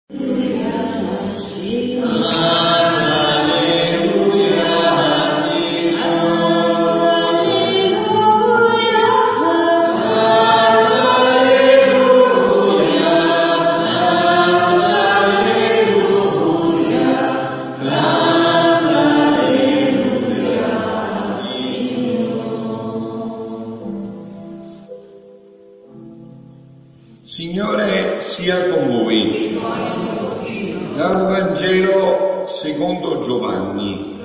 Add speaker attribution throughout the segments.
Speaker 1: Signore sia con voi. Dal Vangelo secondo Giovanni.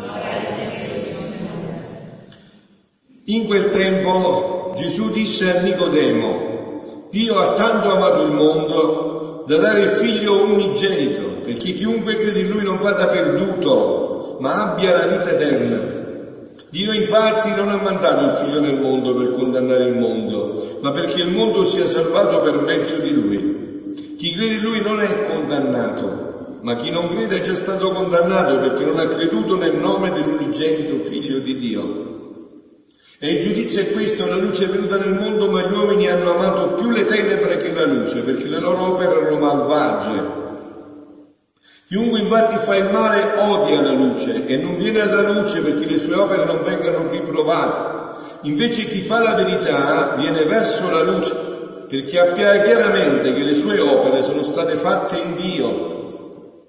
Speaker 1: In quel tempo Gesù disse a Nicodemo: Dio ha tanto amato il mondo da dare il figlio unigenito, perché chiunque crede in lui non vada perduto, ma abbia la vita eterna. Dio infatti non ha mandato il figlio nel mondo per condannare il mondo, ma perché il mondo sia salvato per mezzo di lui. Chi crede in lui non è condannato, ma chi non crede è già stato condannato perché non ha creduto nel nome dell'unigenito figlio di Dio. E il giudizio è questo: la luce è venuta nel mondo, ma gli uomini hanno amato più le tenebre che la luce, perché le loro opere erano malvagie. Chiunque infatti fa il male odia la luce e non viene alla luce perché le sue opere non vengano riprovate. Invece chi fa la verità viene verso la luce, perché appare chiaramente che le sue opere sono state fatte in Dio.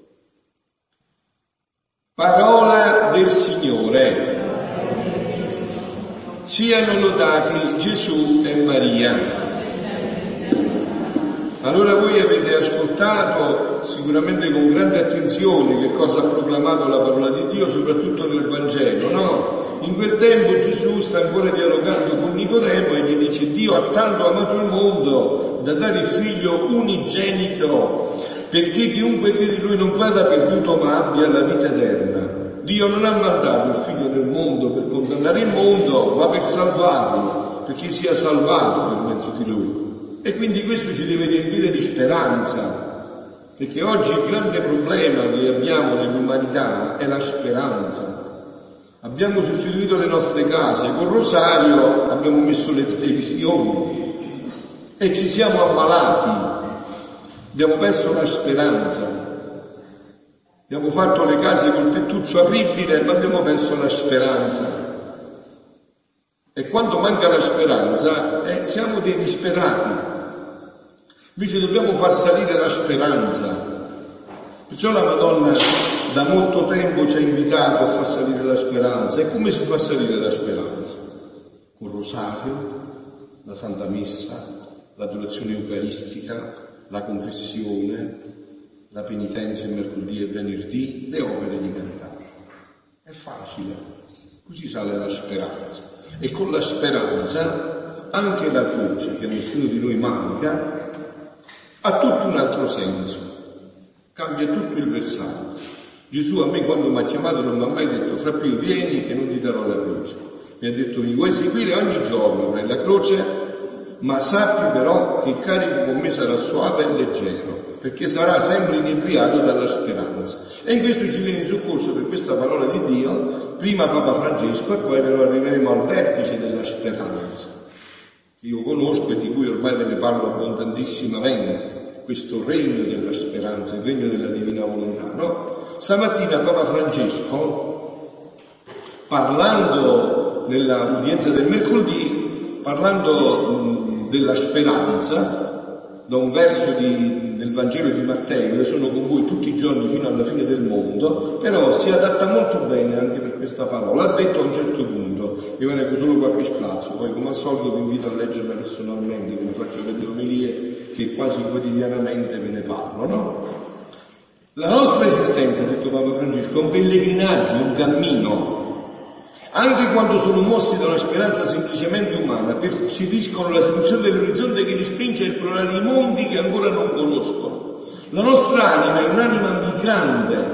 Speaker 1: Parola del Signore. Siano lodati Gesù e Maria. Allora voi avete ascoltato sicuramente con grande attenzione che cosa ha proclamato la parola di Dio, soprattutto nel Vangelo, no? In quel tempo Gesù sta ancora dialogando con Nicodemo e gli dice: Dio ha tanto amato il mondo da dare il figlio unigenito, perché chiunque crede in lui non vada perduto ma abbia la vita eterna. Dio non ha mandato il figlio nel mondo per condannare il mondo, ma per salvarlo, perché sia salvato per mezzo di lui. E quindi questo ci deve riempire di speranza, perché oggi il grande problema che abbiamo nell'umanità è la speranza. Abbiamo sostituito le nostre case col rosario, abbiamo messo le televisioni e ci siamo ammalati, abbiamo perso la speranza. Abbiamo fatto le case col tettuccio apribile, ma abbiamo perso la speranza. E quando manca la speranza, siamo dei disperati. Invece dobbiamo far salire la speranza. Perciò la Madonna da molto tempo ci ha invitato a far salire la speranza. E come si fa salire la speranza? Col rosario, la Santa Messa, l'adorazione eucaristica, la confessione, la penitenza il mercoledì e venerdì, le opere di carità. È facile, così sale la speranza. E con la speranza anche la croce, che a nessuno di noi manca, ha tutto un altro senso, cambia tutto il versato. Gesù a me quando mi ha chiamato non mi ha mai detto: fra più vieni che non ti darò la croce. Mi ha detto: mi vuoi seguire ogni giorno, avrai la croce, ma sappi però che il carico con me sarà suave e leggero, perché sarà sempre inebriato dalla speranza. E in questo ci viene in soccorso per questa parola di Dio, prima Papa Francesco e poi però arriveremo al vertice della speranza. Io conosco e di cui ormai ve ne parlo abbondantissimamente, questo regno della speranza, il regno della divina volontà, no? Stamattina Papa Francesco, parlando nell'udienza del mercoledì, parlando della speranza, da un verso del Vangelo di Matteo: io sono con voi tutti i giorni fino alla fine del mondo, però si adatta molto bene anche per questa parola. Ha detto a un certo punto, io ve ne leggo solo qualche sprazzo, poi come al solito vi invito a leggerla personalmente, ve ne faccio vedere omelie che quasi quotidianamente ve ne parlo, no? La nostra esistenza, ha detto Papa Francesco, è un pellegrinaggio, un cammino. Anche quando sono mossi da una speranza semplicemente umana, percepiscono la seduzione dell'orizzonte che li spinge a esplorare i mondi che ancora non conoscono. La nostra anima è un'anima migrante.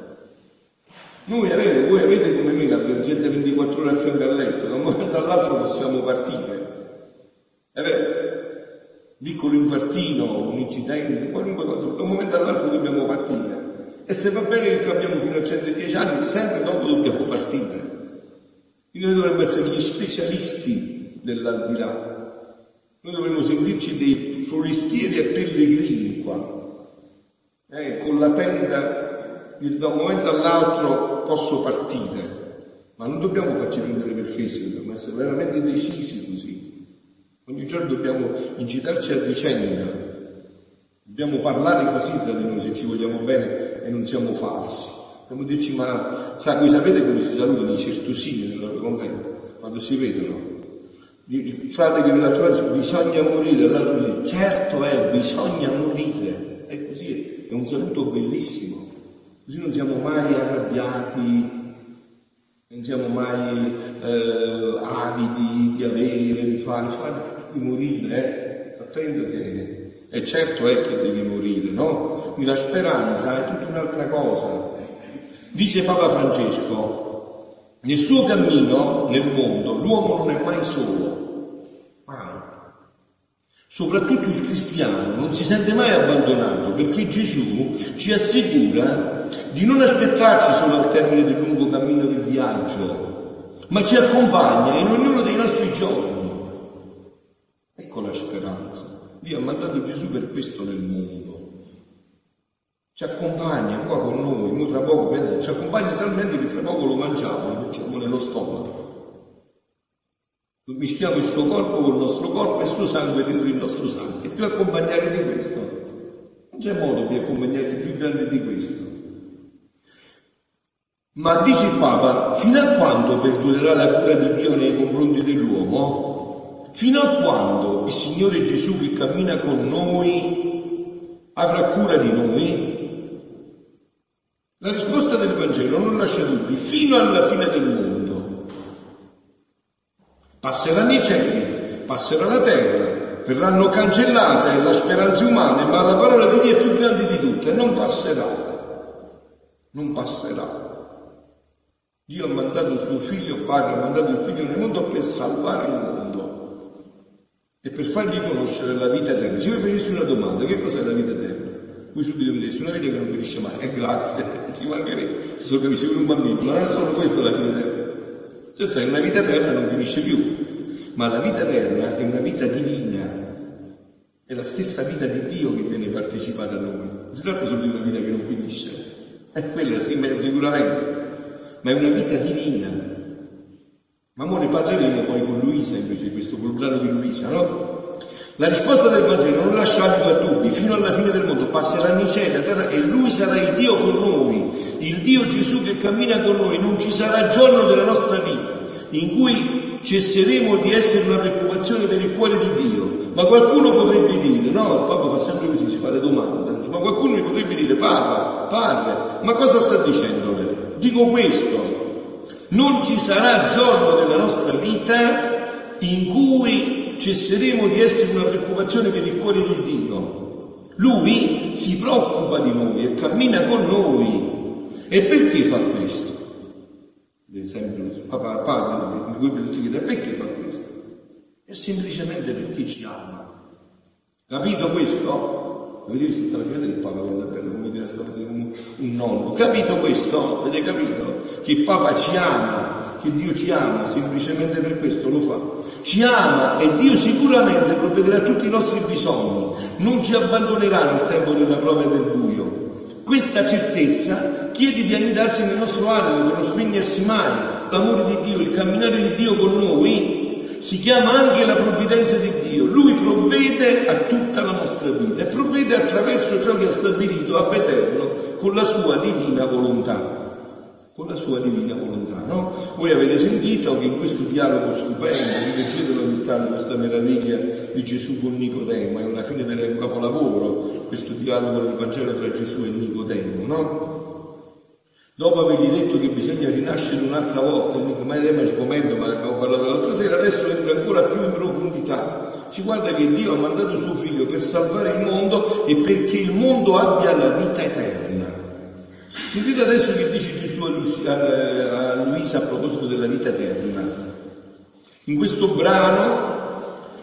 Speaker 1: Voi avete come me la gente 24 ore a fianco al letto, da un momento all'altro possiamo partire. È vero? Piccolo infartino, un incidente, qualunque cosa, da un momento all'altro dobbiamo partire. E se va bene che abbiamo fino a 110 anni, sempre dopo dobbiamo partire. Noi dovremmo essere gli specialisti dell'aldilà. Noi dovremmo sentirci dei forestieri e pellegrini qua. Con la tenda, da un momento all'altro posso partire, ma non dobbiamo farci prendere per fesi, dobbiamo essere veramente decisi così. Ogni giorno dobbiamo incitarci a vicenda, dobbiamo parlare così tra di noi se ci vogliamo bene e non siamo falsi. Dobbiamo dirci, ma voi sapete come si salutano i certosini nel loro convento, quando si vedono? Il frate che vi dà trovare, bisogna morire, l'altro dice, certo bisogna morire, è così, è un saluto bellissimo, così non siamo mai arrabbiati, non siamo mai avidi di avere, di fare, di morire, attenditi. E certo è che devi morire, no? Quindi la speranza è tutta un'altra cosa. Dice Papa Francesco, nel suo cammino nel mondo l'uomo non è mai solo, mai. Soprattutto il cristiano non si sente mai abbandonato, perché Gesù ci assicura di non aspettarci solo al termine del lungo cammino del viaggio, ma ci accompagna in ognuno dei nostri giorni. Ecco la speranza. Dio ha mandato Gesù per questo nel mondo. Ci accompagna qua con noi, tra poco pensa, ci accompagna talmente che tra poco lo mangiamo, lo mettiamo nello stomaco. Mischiamo il suo corpo con il nostro corpo e il suo sangue dentro il nostro sangue. E più accompagnare di questo. Non c'è modo di accompagnarti più grande di questo. Ma dice il Papa, fino a quando perdurerà la cura di Dio nei confronti dell'uomo? Fino a quando il Signore Gesù che cammina con noi avrà cura di noi? La risposta del Vangelo non lascia dubbi, fino alla fine del mondo. Passeranno i cieli, passerà la terra, verranno cancellate le speranze umane, ma la parola di Dio è più grande di tutte, non passerà. Non passerà. Dio ha mandato il suo figlio, Padre ha mandato il figlio nel mondo per salvare il mondo e per fargli conoscere la vita eterna. Se io vi facessi una domanda, che cos'è la vita eterna? Voi subito mi direste una vita che non finisce mai, grazie, ci mancherebbe, solo capisci per un bambino, ma non è solo questa la vita eterna. Certo, è una vita eterna non finisce più, ma la vita eterna è una vita divina, è la stessa vita di Dio che viene partecipata a noi. Non si tratta solo di una vita che non finisce, è quella sì, sicuramente, ma è una vita divina. Ma ora ne parleremo poi con Luisa invece di questo, col brano di Luisa, no? La risposta del Vangelo non lascia alito a dubbi, fino alla fine del mondo passeranno i cieli, la terra e Lui sarà il Dio con noi, il Dio Gesù che cammina con noi. Non ci sarà giorno della nostra vita in cui cesseremo di essere una preoccupazione per il cuore di Dio. Ma qualcuno potrebbe dire, no, il Papa fa sempre così, si fa le domande, ma qualcuno mi potrebbe dire, Papa, Padre, ma cosa sta dicendo lei? Dico questo, non ci sarà giorno della nostra vita in cui cesseremo di essere una preoccupazione per il cuore di Dio. Lui si preoccupa di noi e cammina con noi. E perché fa questo? Sempre Padre, perché fa questo? È semplicemente perché ci ama. Capito questo? Avete visto la figura del Papa quando è bello, come dire un nonno? Capito questo? Avete capito? Che il Papa ci ama, che Dio ci ama, semplicemente per questo lo fa. Ci ama e Dio sicuramente provvederà a tutti i nostri bisogni, non ci abbandonerà nel tempo della prova e del buio. Questa certezza chiede di annidarsi nel nostro animo, per non spegnersi mai. L'amore di Dio, il camminare di Dio con noi si chiama anche la provvidenza di Dio. Lui provvede a tutta la nostra vita e provvede attraverso ciò che ha stabilito ab eterno con la sua divina volontà. Con la sua divina volontà, no? Voi avete sentito che in questo dialogo stupendo, leggetelo ogni tanto questa meraviglia di Gesù con Nicodemo, è una fine del capolavoro, questo dialogo del Vangelo tra Gesù e Nicodemo, no? Dopo avergli detto che bisogna rinascere un'altra volta, ormai ci commento, ma abbiamo parlato l'altra sera, adesso entra ancora più in profondità. Ci guarda che Dio ha mandato suo figlio per salvare il mondo e perché il mondo abbia la vita eterna. Sentite adesso che dice Gesù a Luisa a proposito della vita eterna. In questo brano,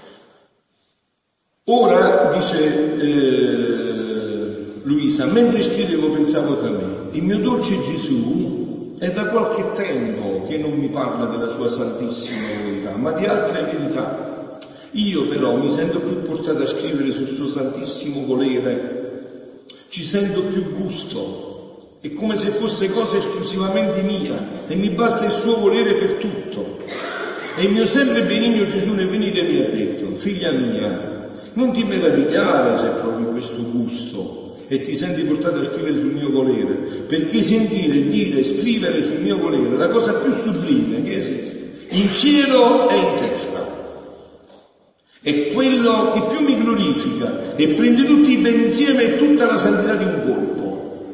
Speaker 1: ora dice Luisa, mentre scrivevo pensavo tra me, il mio dolce Gesù è da qualche tempo che non mi parla della sua santissima volontà, ma di altre verità. Io però mi sento più portato a scrivere sul suo santissimo volere. ci sento più gusto, è come se fosse cosa esclusivamente mia e mi basta il suo volere per tutto. E il mio sempre benigno Gesù nel venire mi ha detto: figlia mia, non ti meravigliare se provi questo gusto e ti senti portato a scrivere sul mio volere, perché sentire, dire, scrivere sul mio volere è la cosa più sublime che esiste, in cielo e in terra. È quello che più mi glorifica e prende tutti i beni insieme e tutta la santità di un colpo.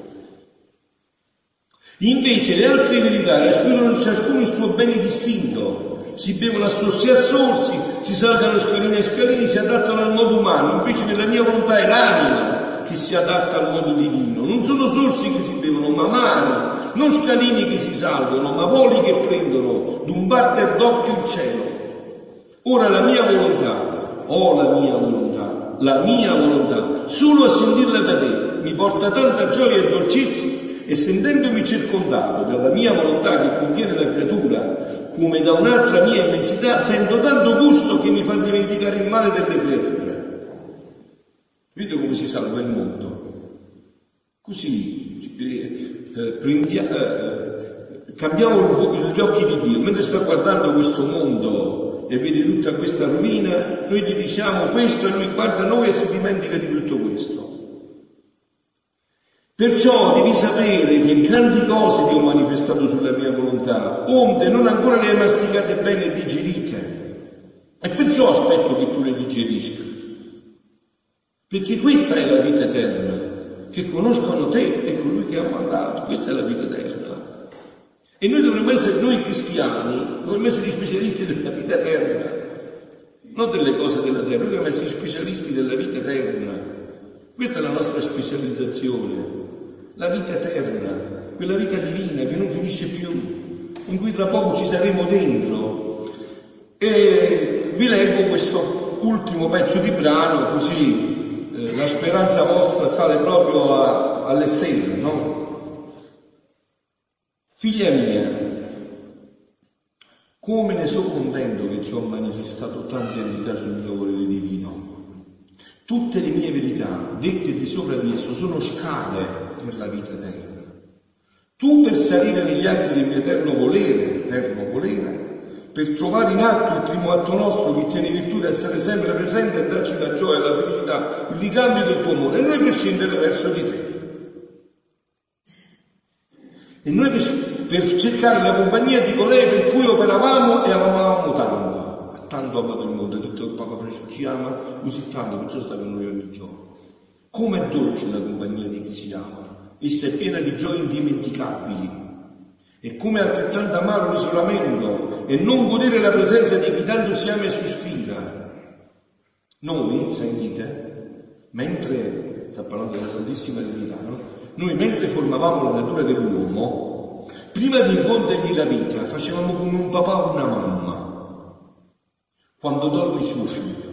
Speaker 1: Invece le altre verità escludono ciascuno il suo bene distinto, si bevono a sorsi e a sorsi, si saltano scalini e scalini, si adattano al modo umano. Invece nella mia volontà è l'anima che si adatta al modo divino. Non sono sorsi che si bevono, ma mani, non scalini che si salgono, ma voli che prendono d'un batter d'occhio il cielo. Ora la mia volontà, la mia volontà, solo a sentirla da te, mi porta tanta gioia e dolcezza, e sentendomi circondato dalla mia volontà che contiene la creatura, come da un'altra mia immensità, sento tanto gusto che mi fa dimenticare il male delle creature. Vedete come si salva il mondo? Così cambiamo gli occhi di Dio. Mentre sta guardando questo mondo e vede tutta questa rovina, noi gli diciamo questo e lui guarda noi e si dimentica di tutto questo. Perciò devi sapere che grandi cose ti ho manifestato sulla mia volontà, onde non ancora le hai masticate bene e digerite. E perciò aspetto che tu le digerisca. Perché questa è la vita eterna, che conoscono te e colui che ha mandato. Questa è la vita eterna. E noi dovremmo essere, noi cristiani, dovremmo essere specialisti della vita eterna, non delle cose della terra, noi dovremmo essere specialisti della vita eterna. Questa è la nostra specializzazione. La vita eterna, quella vita divina che non finisce più, in cui tra poco ci saremo dentro. E vi leggo questo ultimo pezzo di brano, così la speranza vostra sale proprio alle stelle, no? Figlia mia, come ne so contento che ti ho manifestato tante verità sul mio volere divino. Tutte le mie verità, dette di sopra di esso, sono scale per la vita eterna. Tu per salire negli atti del mio eterno volere, per trovare in atto il primo atto nostro che tiene virtù di essere sempre presente e darci la gioia e la felicità, il ricambio del tuo amore, e noi per scendere verso di te. E noi per cercare la compagnia di colei per cui operavamo e amavamo tanto. Tanto amato il mondo, ha detto che Papa Francesco ci ama così tanto, perciò sta con noi ogni giorno. Come è dolce la compagnia di chi si ama, essa è piena di gioie indimenticabili. E come è altrettanto amaro l'isolamento e non godere la presenza di chi tanto si ama e sospira. Noi, sentite, mentre, sta parlando della Santissima Trinità, no? Noi mentre formavamo la natura dell'uomo, prima di infondergli la vita, facevamo come un papà o una mamma. Quando dorme suo figlio.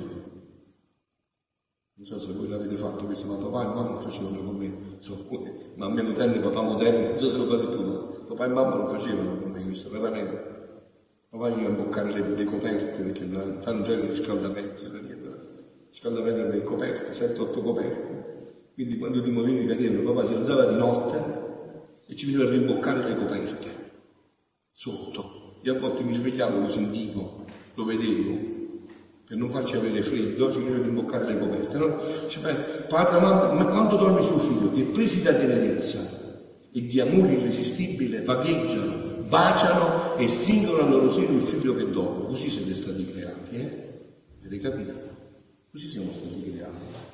Speaker 1: Non so se voi l'avete fatto questo, ma papà e mamma facevano con me. Mamma moderna e papà moderno, non so se lo fate più, ma papà e mamma lo facevano con me questo, veramente. Papà gli a imboccare le coperte, perché non c'era il riscaldamento, riscaldamento delle coperte, 7-8 coperte. Quindi quando ti muovevi cadevano, papà si alzava di notte e ci veniva a rimboccare le coperte, sotto. Io a volte mi svegliavo, lo sentivo, lo vedevo, per non farci avere freddo, ci veniva a rimboccare le coperte, no? Cioè, padre, ma quando dorme suo figlio, che presi da tenerezza e di amore irresistibile vagheggiano, baciano e stringono al loro seno il figlio che dorme. Così siete stati creati, Avete capito? Così siamo stati creati.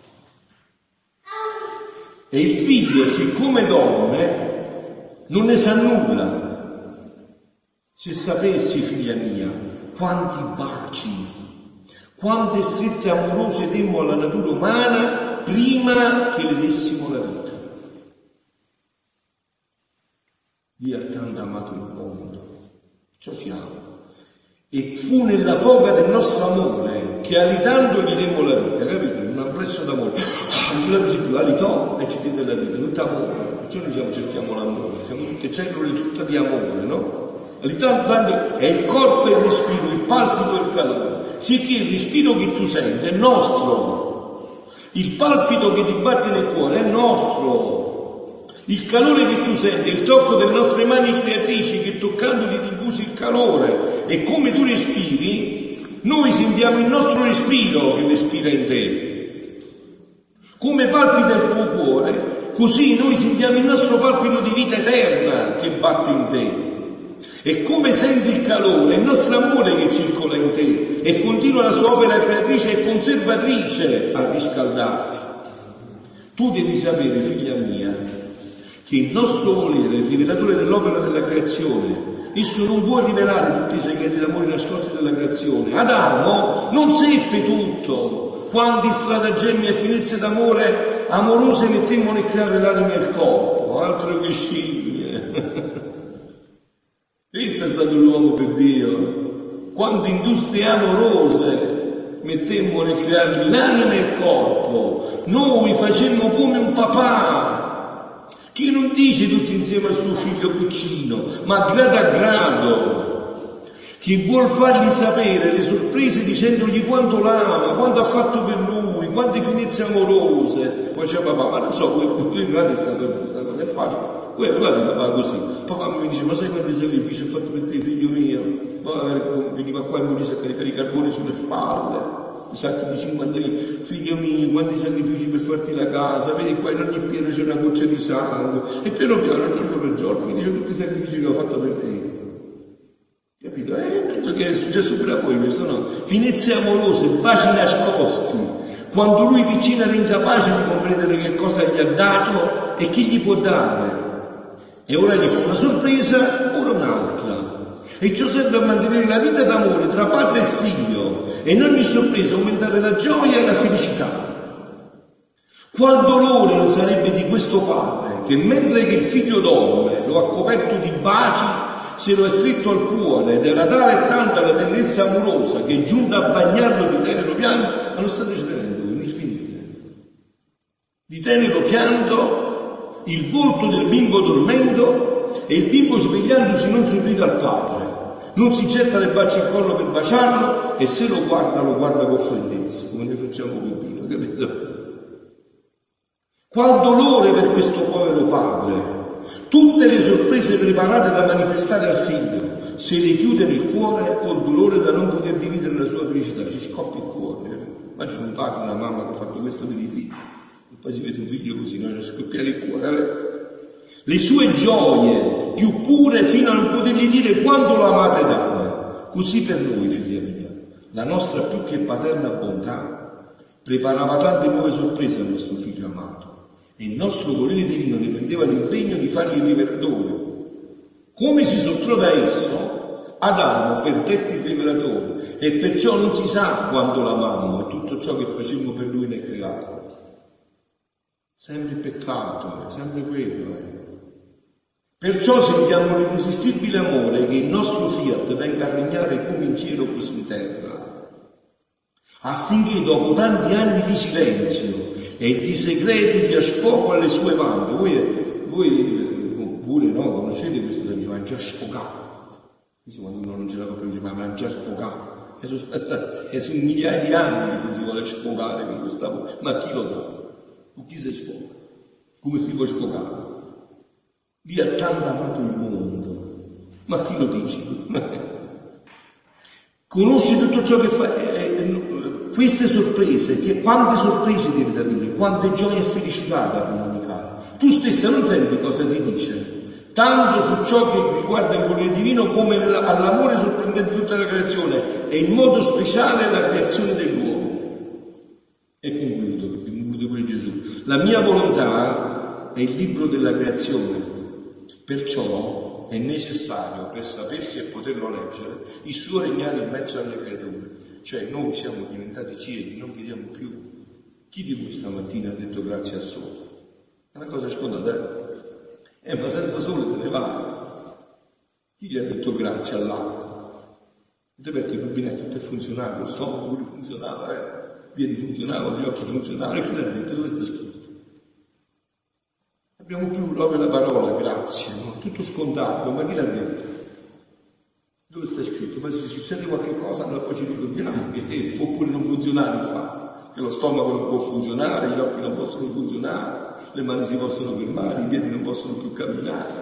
Speaker 1: E il figlio, siccome dorme, non ne sa nulla. Se sapessi, figlia mia, quanti baci, quante strette amorose demmo alla natura umana prima che le dessimo la vita. Dio ha tanto amato il mondo, ciò siamo. E fu nella foga del nostro amore che alitando gli demmo la vita, capite? Un amplesso d'amore. Non ce l'ha più, alitò e ci diede la vita, tutto amore. Perciò noi cerchiamo l'amore, siamo tutte cellule tutte di amore, no? Alitando è il corpo e il respiro, il palpito e il calore. Sicché il respiro che tu senti è nostro. Il palpito che ti batte nel cuore è nostro. Il calore che tu senti, il tocco delle nostre mani creatrici che toccandoti ti infusi il calore. E come tu respiri, noi sentiamo il nostro respiro che respira in te. Come palpita il tuo cuore, così noi sentiamo il nostro palpito di vita eterna che batte in te. E come senti il calore, il nostro amore che circola in te e continua la sua opera creatrice e conservatrice a riscaldarti. Tu devi sapere, figlia mia, che il nostro volere, il rivelatore dell'opera della creazione, esso non può rivelare tutti i segreti d'amore nascosti della creazione. Adamo non seppe tutto, quanti stratagemmi e finezze d'amore amorose mettemmo nel creare l'anima e il corpo, altro che scimmie. Questo è stato l'uomo per Dio. Quante industrie amorose mettemmo nel creare l'anima e il corpo. Noi facemmo come un papà che non dice tutti insieme al suo figlio piccino, ma grado a grado, che vuol fargli sapere le sorprese dicendogli quanto l'ama, quanto ha fatto per lui, quante finezze amorose. Poi c'è papà, ma non so, voi guardate questa cosa è facile. Guarda papà così, papà mi dice, ma sai quanti sacrifici ho fatto per te, figlio mio? Veniva qua e mi dice a caricare i carboni sulle spalle, i sacchi di 50 lì, figlio mio, quanti sacrifici per farti la casa, vedi qua in ogni pietra c'è una goccia di sangue, e piano piano, giorno per giorno, mi dice tutti i sacrifici che ho fatto per te. Capito? Penso che è successo pure a voi questo, no? Finezze amorose, baci nascosti, quando lui vicino era incapace di comprendere che cosa gli ha dato e chi gli può dare. E ora gli fa una sorpresa, ora un'altra. E ciò serve a mantenere la vita d'amore tra padre e figlio, e in ogni sorpresa aumentare la gioia e la felicità. Qual dolore non sarebbe di questo padre, che mentre che il figlio dorme, lo ha coperto di baci, se lo è stretto al cuore, ed era tale e tanta la tenerezza amorosa che è giunta a bagnarlo di tenero pianto, ma non state svenendo, non sfinite. Di tenero pianto, il volto del bimbo dormendo e il bimbo svegliandosi non sorride al padre, non si getta le braccia al collo per baciarlo e se lo guarda con freddezza, come noi facciamo con Dio, capito? Qual dolore per questo povero padre! Tutte le sorprese preparate da manifestare al figlio, se le chiude nel cuore col dolore da non poter dividere la sua felicità, ci scoppia il cuore. Immagina un padre, una mamma che ha fatto questo per i figli. Poi si vede un figlio così, non scoppiare il cuore. Le sue gioie più pure fino a non potergli dire quanto lo amate e dame. Così per noi, figlia mia, la nostra più che paterna bontà preparava tante nuove sorprese al nostro figlio amato e il nostro volere divino ne prendeva l'impegno di fargli il rivelatore. Come si sottrò da esso, Adamo perdette il rivelatore e perciò non si sa quanto l'amammo e tutto ciò che facemmo per lui nel creato. Sempre peccato, sempre quello. Perciò sentiamo l'irresistibile amore che il nostro fiat venga a regnare come in cielo così in terra, affinché dopo tanti anni di silenzio e di segreti dia sfogo alle sue vante. Voi pure no, conoscete questo termine, ma già sfogato. Quando uno non ce la fa più, ma già sfogato. E sono migliaia di anni che si vuole sfogare con questa voce. Ma chi lo dà? Con chi si sfoga? Come si può sfogare? Dio ha tanto amato il mondo, ma chi lo dice? Conosci tutto ciò che fa, queste sorprese, quante sorprese devi da dire, quante gioie e felicità da comunicare. Tu stessa non senti cosa ti dice, tanto su ciò che riguarda il volere divino come all'amore sorprendente di tutta la creazione e in modo speciale la creazione dell'uomo. E concludo pure Gesù. La mia volontà è il libro della creazione. Perciò è necessario, per sapersi e poterlo leggere, il suo regnare in mezzo alle creature. Cioè noi siamo diventati ciechi, non vediamo più. Chi di voi stamattina ha detto grazie al sole? È una cosa scontata, ma senza sole te ne vai. Chi gli ha detto grazie all'acqua? Avete aperto i rubinetti, tutto è funzionato, lo stomaco pure funzionava, i piedi funzionavano, gli occhi funzionavano, e chi l'ha detto? Dove sta scritto? Abbiamo più proprio la parola grazie, no? Tutto scontato, ma chi l'ha detto? Dove sta scritto? Ma se succede qualche cosa allora poi ci ricordiamo che può pure non funzionare infatti. che lo stomaco non può funzionare, gli occhi non possono funzionare, le mani si possono fermare, i piedi non possono più camminare.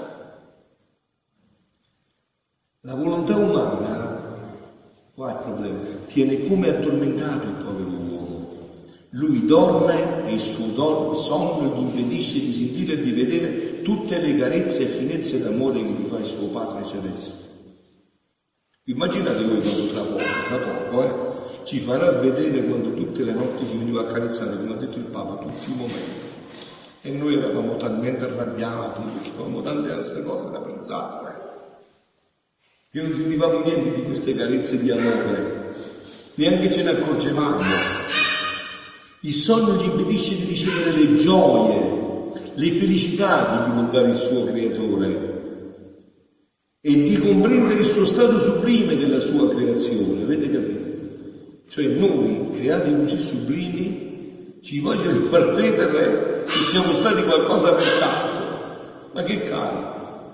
Speaker 1: La volontà umana, qua è il problema, tiene come addormentato il povero uomo. Lui dorme e il suo sonno gli impedisce di sentire e di vedere tutte le carezze e finezze d'amore che gli fa il suo Padre Celeste. Immaginate voi quando tra poco, ci farà vedere quando tutte le notti ci veniva accarezzate, come ha detto il Papa, tutti i momenti. E noi eravamo talmente arrabbiati, perché avevamo tante altre cose da pensare, che non sentivamo niente di queste carezze di amore, neanche ce ne accorgevamo. Il sonno gli impedisce di ricevere le gioie, le felicità che gli può dare il suo Creatore e di comprendere il suo stato sublime della sua creazione, avete capito? Cioè noi, creati così sublimi, ci vogliono far credere che siamo stati qualcosa per caso. Ma che caso?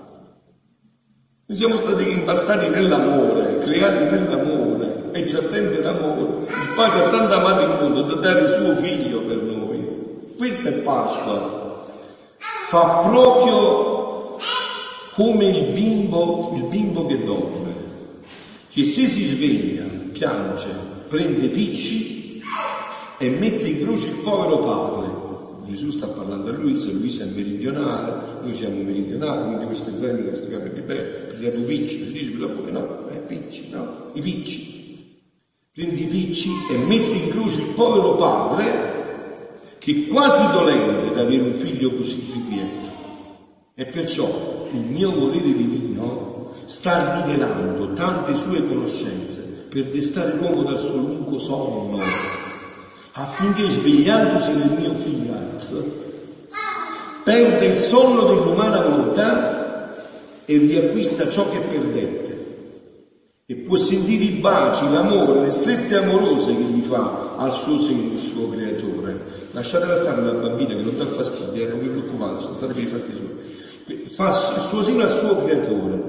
Speaker 1: Noi siamo stati impastati nell'amore, creati nell'amore, e ci attende l'amore. Il Padre ha tanto amato il mondo da dare il suo figlio per noi. Questa è Pasqua. Fa proprio come il bimbo che dorme, che se si sveglia, piange, prende picci e mette in croce il povero padre. Gesù sta parlando a Luisa è meridionale, noi siamo meridionali, quindi questo è bello, questo capelli belli, pigliato picci, dice per la bocca, no, picci, no, i picci. Prendi i picci e metti in croce il povero padre, che è quasi dolente da avere un figlio così ripieno. E perciò il mio volere divino sta rivelando tante sue conoscenze per destare l'uomo dal suo lungo sonno, affinché svegliandosi nel mio fiat perde il sonno dell'umana volontà e riacquista ciò che perdette e può sentire i baci, l'amore, le strette amorose che gli fa al suo seno il suo creatore. Lasciatela stare la bambina che non dà fastidio, non vi preoccupate, sono stati per i fatti suoi. Fa il suo seno al suo creatore,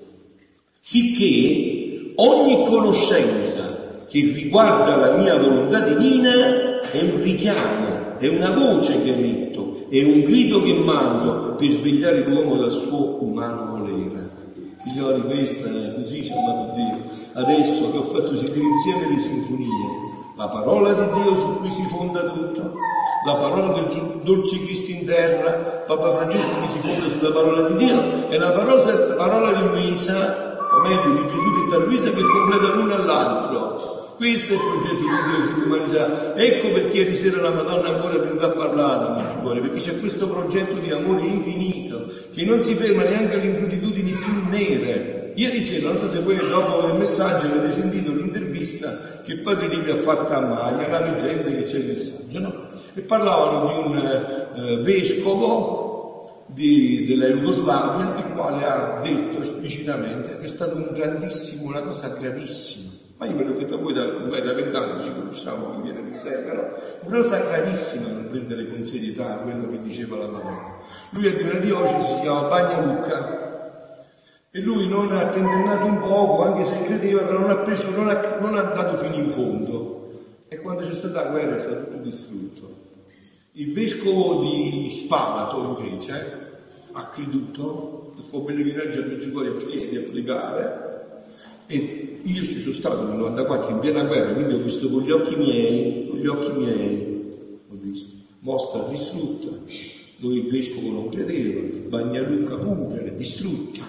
Speaker 1: sicché ogni conoscenza che riguarda la mia volontà divina è un richiamo, è una voce che emetto, è un grido che mando per svegliare l'uomo dal suo umano volere. Figlioli, questa è così ci ha amato Dio. Adesso che ho fatto sentire insieme le sinfonie, la parola di Dio su cui si fonda tutto, la parola del dolce Cristo in terra, Papa Francesco che si fonda sulla parola di Dio, e la parola di Luisa, o meglio di Gesù e Luisa, che completa l'uno all'altro. Questo è il progetto di Dio sull'umanità. Ecco perché ieri sera la Madonna ancora venuta a parlare, perché c'è questo progetto di amore infinito che non si ferma neanche alle inquietudini più nere. Ieri sera, non so se voi dopo il messaggio avete sentito l'intervista che Padre Livio ha fatto a Maglia, la leggenda che c'è il messaggio, no? E parlavano di un vescovo della Jugoslavia, il quale ha detto esplicitamente che è stato un grandissimo, una cosa gravissima. Ma io ve l'ho detto a voi da 20 anni, ci conosciamo, chi viene in terra, no? Una cosa gravissima non prendere con serietà quello che diceva la Madonna. Lui è di una diocesi, si chiama Bagnalucca, e lui non ha tentennato un poco, anche se credeva, però non ha dato fino in fondo. E quando c'è stata la guerra è stato tutto distrutto. Il vescovo di Spalato, invece, ha creduto, fu pellegrinaggio a Medjugorje a piedi a pregare. E io ci sono stato nel 94 in piena guerra, quindi ho visto con gli occhi miei, ho visto, Mostra distrutta, dove il vescovo non credeva, Bagnalucca pure, distrutta.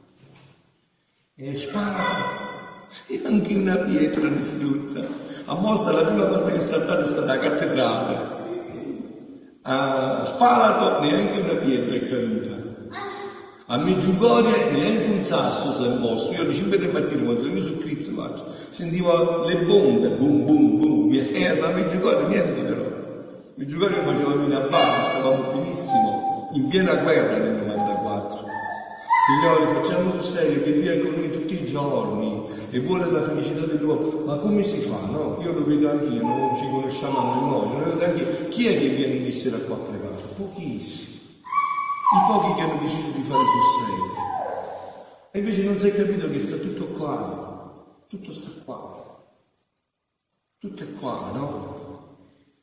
Speaker 1: E Spalato, e anche una pietra distrutta. A Mostra la prima cosa che è saltata è stata la cattedrale. A Spalato neanche una pietra è caduta. A Medjugorje neanche un sasso si è mosso. Io alle 5 del mattino, quando ero sul Christmas, sentivo le bombe, boom, boom, boom, a Medjugorje niente però. Medjugorje faceva venire a Bari, stavamo benissimo, in piena guerra nel 94. Signori, facciamo sul serio che Dio è con noi tutti i giorni e vuole la felicità dell'uomo. Ma come si fa, no? Io lo vedo anch'io, non ci conosciamo a memoria, lo vedo anche chi è che viene di sera qua a pregare? Pochissimi. I pochi che hanno deciso di fare sul serio. E invece non si è capito che sta tutto qua, tutto sta qua, tutto è qua, no?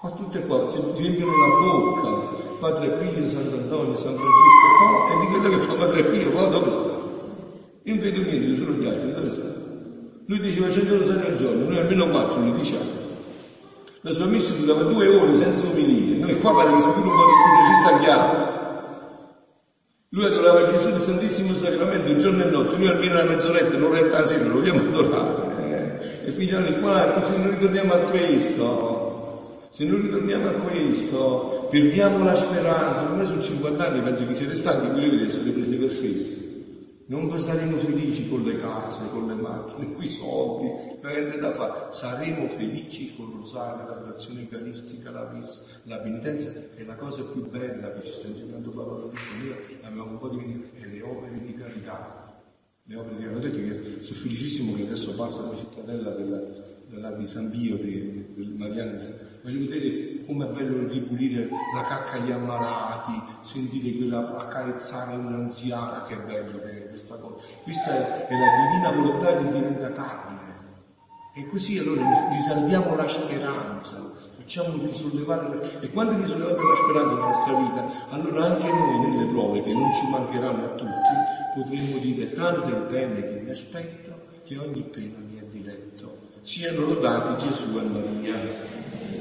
Speaker 1: Qua tutte qua, si riempiono la bocca, Padre Pio, Sant'Antonio, San Francesco, e di quello che fa Padre Pio, qua dove sta? Io non vedo niente, solo gli altri, dove sta? Lui diceva 100 rosari al giorno, noi almeno 4 li diciamo. La sua messa durava 2 ore senza omelie, noi qua pare che si pure un po' di più, ci stacchiamo. Lui adorava Gesù di Santissimo Sacramento giorno e notte, noi almeno una mezz'oretta, un'oretta la sera lo vogliamo adorare. E figlioli qua, se non ritorniamo a questo, perdiamo la speranza. Ormai sono 50 anni, penso che siete stanchi quelli di essere presi per fessi. Non saremo felici con le case, con le macchine, con i soldi, niente da fare. Saremo felici con il rosario, la orazione eucaristica, la messa, la penitenza, è la cosa più bella che ci sta insegnando Papa Francesco. Io avevo un po' di è le opere di carità. Le opere di carità, che sono felicissimo che adesso passa la cittadella di San Pio, del Mariano. Voglio vedere com'è bello ripulire la cacca agli ammalati, sentire quella accarezzare un'anziana, che bello che è questa cosa. Questa è la divina volontà che diventa carne. E così allora risalviamo la speranza, facciamo risollevare, e quando risollevate la speranza nella nostra vita, allora anche noi nelle prove che non ci mancheranno a tutti, potremmo dire tanto è il bene che mi aspetto, che ogni pena mi è diletto. Siano lodati Gesù e Maria.